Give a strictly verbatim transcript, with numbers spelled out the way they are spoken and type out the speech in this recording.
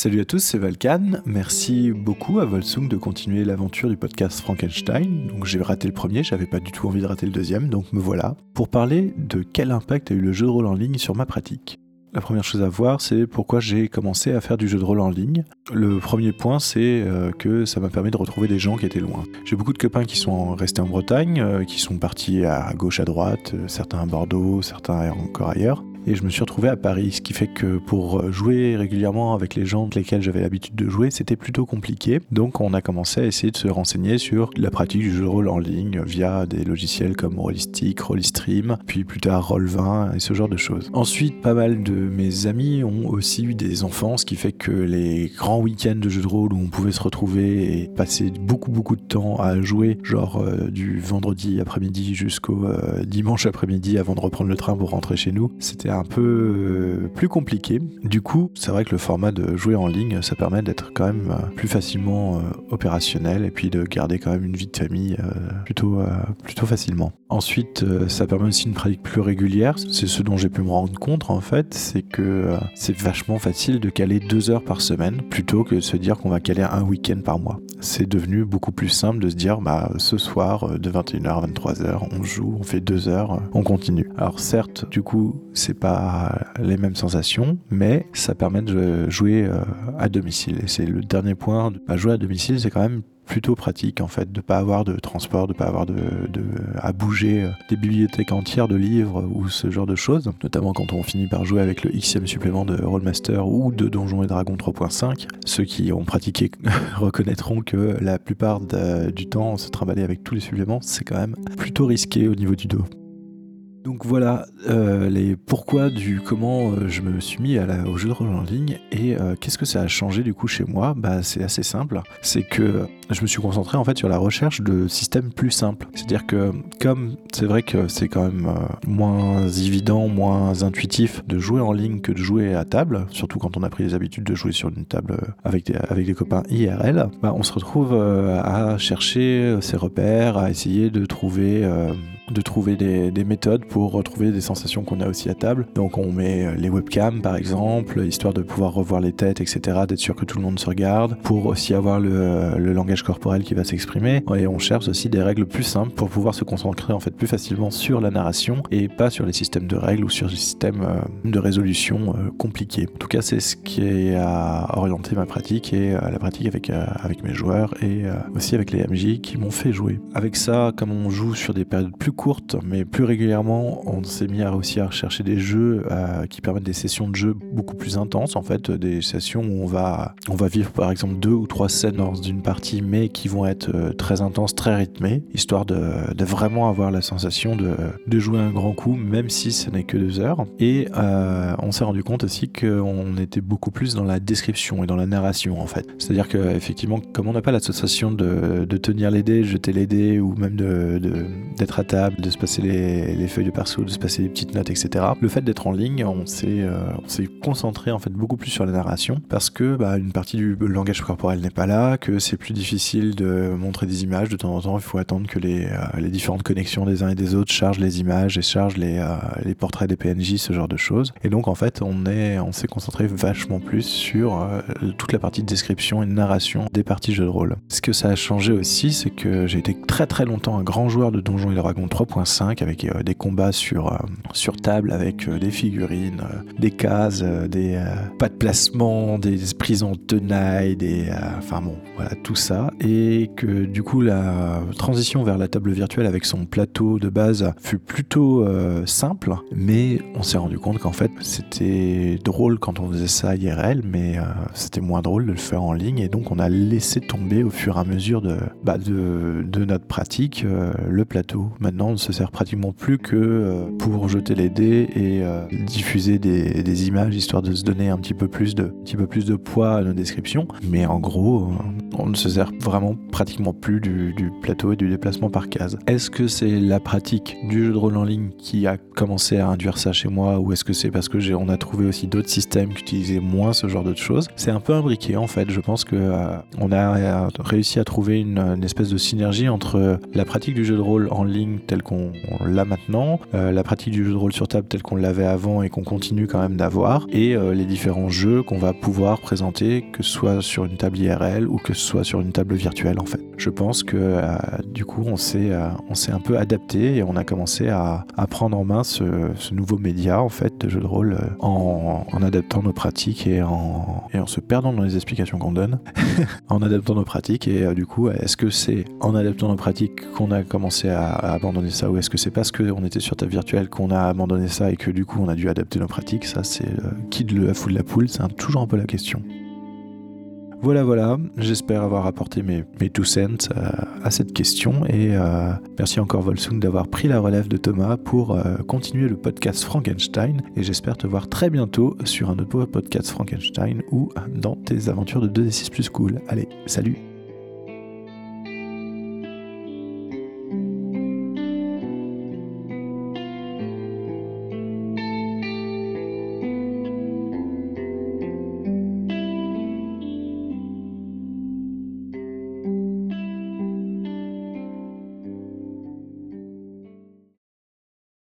Salut à tous, c'est Valkan. Merci beaucoup à Volsung de continuer l'aventure du podcast Frankenstein. Donc j'ai raté le premier, j'avais pas du tout envie de rater le deuxième, donc me voilà. Pour parler de quel impact a eu le jeu de rôle en ligne sur ma pratique. La première chose à voir, c'est pourquoi j'ai commencé à faire du jeu de rôle en ligne. Le premier point, c'est euh, que ça m'a permis de retrouver des gens qui étaient loin. J'ai beaucoup de copains qui sont restés en Bretagne, euh, qui sont partis à gauche, à droite, euh, certains à Bordeaux, certains encore ailleurs. Et je me suis retrouvé à Paris, ce qui fait que pour jouer régulièrement avec les gens avec lesquels j'avais l'habitude de jouer, c'était plutôt compliqué. Donc on a commencé à essayer de se renseigner sur la pratique du jeu de rôle en ligne via des logiciels comme Rollistic, Rollistream, puis plus tard roll vingt et ce genre de choses. Ensuite, pas mal de mes amis ont aussi eu des enfants, ce qui fait que les grands week-ends de jeu de rôle où on pouvait se retrouver et passer beaucoup beaucoup de temps à jouer, genre euh, du vendredi après-midi jusqu'au euh, dimanche après-midi avant de reprendre le train pour rentrer chez nous, c'était un peu euh, plus compliqué. Du coup, c'est vrai que le format de jouer en ligne, ça permet d'être quand même euh, plus facilement euh, opérationnel et puis de garder quand même une vie de famille euh, plutôt, euh, plutôt facilement. Ensuite, euh, ça permet aussi une pratique plus régulière. C'est ce dont j'ai pu me rendre compte en fait, c'est que euh, c'est vachement facile de caler deux heures par semaine plutôt que de se dire qu'on va caler un week-end par mois. C'est devenu beaucoup plus simple de se dire bah ce soir de vingt et une heures à vingt-trois heures, on joue, on fait deux heures, on continue. Alors certes, du coup, c'est pas les mêmes sensations, mais ça permet de jouer à domicile. Et c'est le dernier point, bah, jouer à domicile, c'est quand même plutôt pratique en fait, de pas avoir de transport, de pas avoir de, de à bouger des bibliothèques entières de livres ou ce genre de choses, notamment quand on finit par jouer avec le Xème supplément de Rollmaster ou de Donjons et Dragons trois point cinq. Ceux qui ont pratiqué reconnaîtront que la plupart de, du temps se trimballer avec tous les suppléments, c'est quand même plutôt risqué au niveau du dos. Donc voilà euh, les pourquoi du comment euh, je me suis mis à la, au jeu de rôle en ligne et euh, qu'est-ce que ça a changé du coup chez moi. Bah c'est assez simple, c'est que je me suis concentré en fait sur la recherche de systèmes plus simples. C'est-à-dire que comme c'est vrai que c'est quand même euh, moins évident, moins intuitif de jouer en ligne que de jouer à table, surtout quand on a pris les habitudes de jouer sur une table avec des, avec des copains I R L, bah on se retrouve euh, à chercher ses repères, à essayer de trouver euh, de trouver des, des méthodes pour retrouver des sensations qu'on a aussi à table. Donc on met les webcams par exemple, histoire de pouvoir revoir les têtes, et cetera, d'être sûr que tout le monde se regarde, pour aussi avoir le, le langage corporel qui va s'exprimer. Et on cherche aussi des règles plus simples pour pouvoir se concentrer en fait plus facilement sur la narration et pas sur les systèmes de règles ou sur les systèmes de résolution compliqués. En tout cas, c'est ce qui a orienté ma pratique et la pratique avec, avec mes joueurs et aussi avec les M J qui m'ont fait jouer. Avec ça, comme on joue sur des périodes plus courtes mais plus régulièrement, on s'est mis à aussi à rechercher des jeux euh, qui permettent des sessions de jeu beaucoup plus intenses, en fait, des sessions où on va, on va vivre par exemple deux ou trois scènes dans une partie mais qui vont être euh, très intenses, très rythmées, histoire de, de vraiment avoir la sensation de, de jouer un grand coup même si ce n'est que deux heures. Et euh, on s'est rendu compte aussi qu'on était beaucoup plus dans la description et dans la narration en fait. C'est-à-dire qu'effectivement, comme on n'a pas l'association de, de tenir les dés, jeter les dés ou même de, de, d'être à table, de se passer les, les feuilles de perso, de se passer les petites notes, et cetera. Le fait d'être en ligne, on s'est, euh, on s'est concentré en fait beaucoup plus sur la narration parce que bah, une partie du langage corporel n'est pas là, que c'est plus difficile de montrer des images. De temps en temps, il faut attendre que les, euh, les différentes connexions des uns et des autres chargent les images et chargent les, euh, les portraits des P N J, ce genre de choses. Et donc en fait, on, est, on s'est concentré vachement plus sur euh, toute la partie de description et de narration des parties jeux de rôle. Ce que ça a changé aussi, c'est que j'ai été très très longtemps un grand joueur de Donjons et Dragons trois point cinq avec euh, des combats sur, euh, sur table avec euh, des figurines, euh, des cases, euh, des euh, pas de placement, des prises en tenaille, des, euh, enfin bon, voilà tout ça. Et que du coup la transition vers la table virtuelle avec son plateau de base fut plutôt euh, simple, mais on s'est rendu compte qu'en fait c'était drôle quand on faisait ça I R L, mais euh, c'était moins drôle de le faire en ligne et donc on a laissé tomber au fur et à mesure de, bah, de, de notre pratique euh, le plateau. Maintenant on ne se sert pratiquement plus que euh, pour jeter les dés et euh, diffuser des, des images histoire de se donner un petit peu plus de, un petit peu plus de poids à nos descriptions, mais en gros euh, on ne se sert vraiment pratiquement plus du, du plateau et du déplacement par case. Est-ce que c'est la pratique du jeu de rôle en ligne qui a commencé à induire ça chez moi, ou est-ce que c'est parce que j'ai, on a trouvé aussi d'autres systèmes qui utilisaient moins ce genre de choses? C'est un peu imbriqué en fait. Je pense que euh, on a réussi à trouver une, une espèce de synergie entre la pratique du jeu de rôle en ligne telle qu'on l'a maintenant, euh, la pratique du jeu de rôle sur table telle qu'on l'avait avant et qu'on continue quand même d'avoir, et euh, les différents jeux qu'on va pouvoir présenter, que ce soit sur une table I R L ou que ce soit sur une table virtuelle en fait. Je pense que euh, du coup on s'est, euh, on s'est un peu adapté et on a commencé à, à prendre en main ce, ce nouveau média en fait de jeu de rôle euh, en, en adaptant nos pratiques et en, et en se perdant dans les explications qu'on donne, en adaptant nos pratiques. Et euh, du coup, est-ce que c'est en adaptant nos pratiques qu'on a commencé à, à abandonner ça, ou est-ce que c'est parce qu'on était sur table virtuelle qu'on a abandonné ça et que du coup on a dû adapter nos pratiques? Ça, c'est euh, qui de la foule de la poule, c'est un, toujours un peu la question. Voilà, voilà, j'espère avoir apporté mes, mes two cents euh, à cette question et euh, merci encore Volsung d'avoir pris la relève de Thomas pour euh, continuer le podcast Frankenstein, et j'espère te voir très bientôt sur un autre podcast Frankenstein ou dans tes aventures de deux D six plus cool. Allez, salut!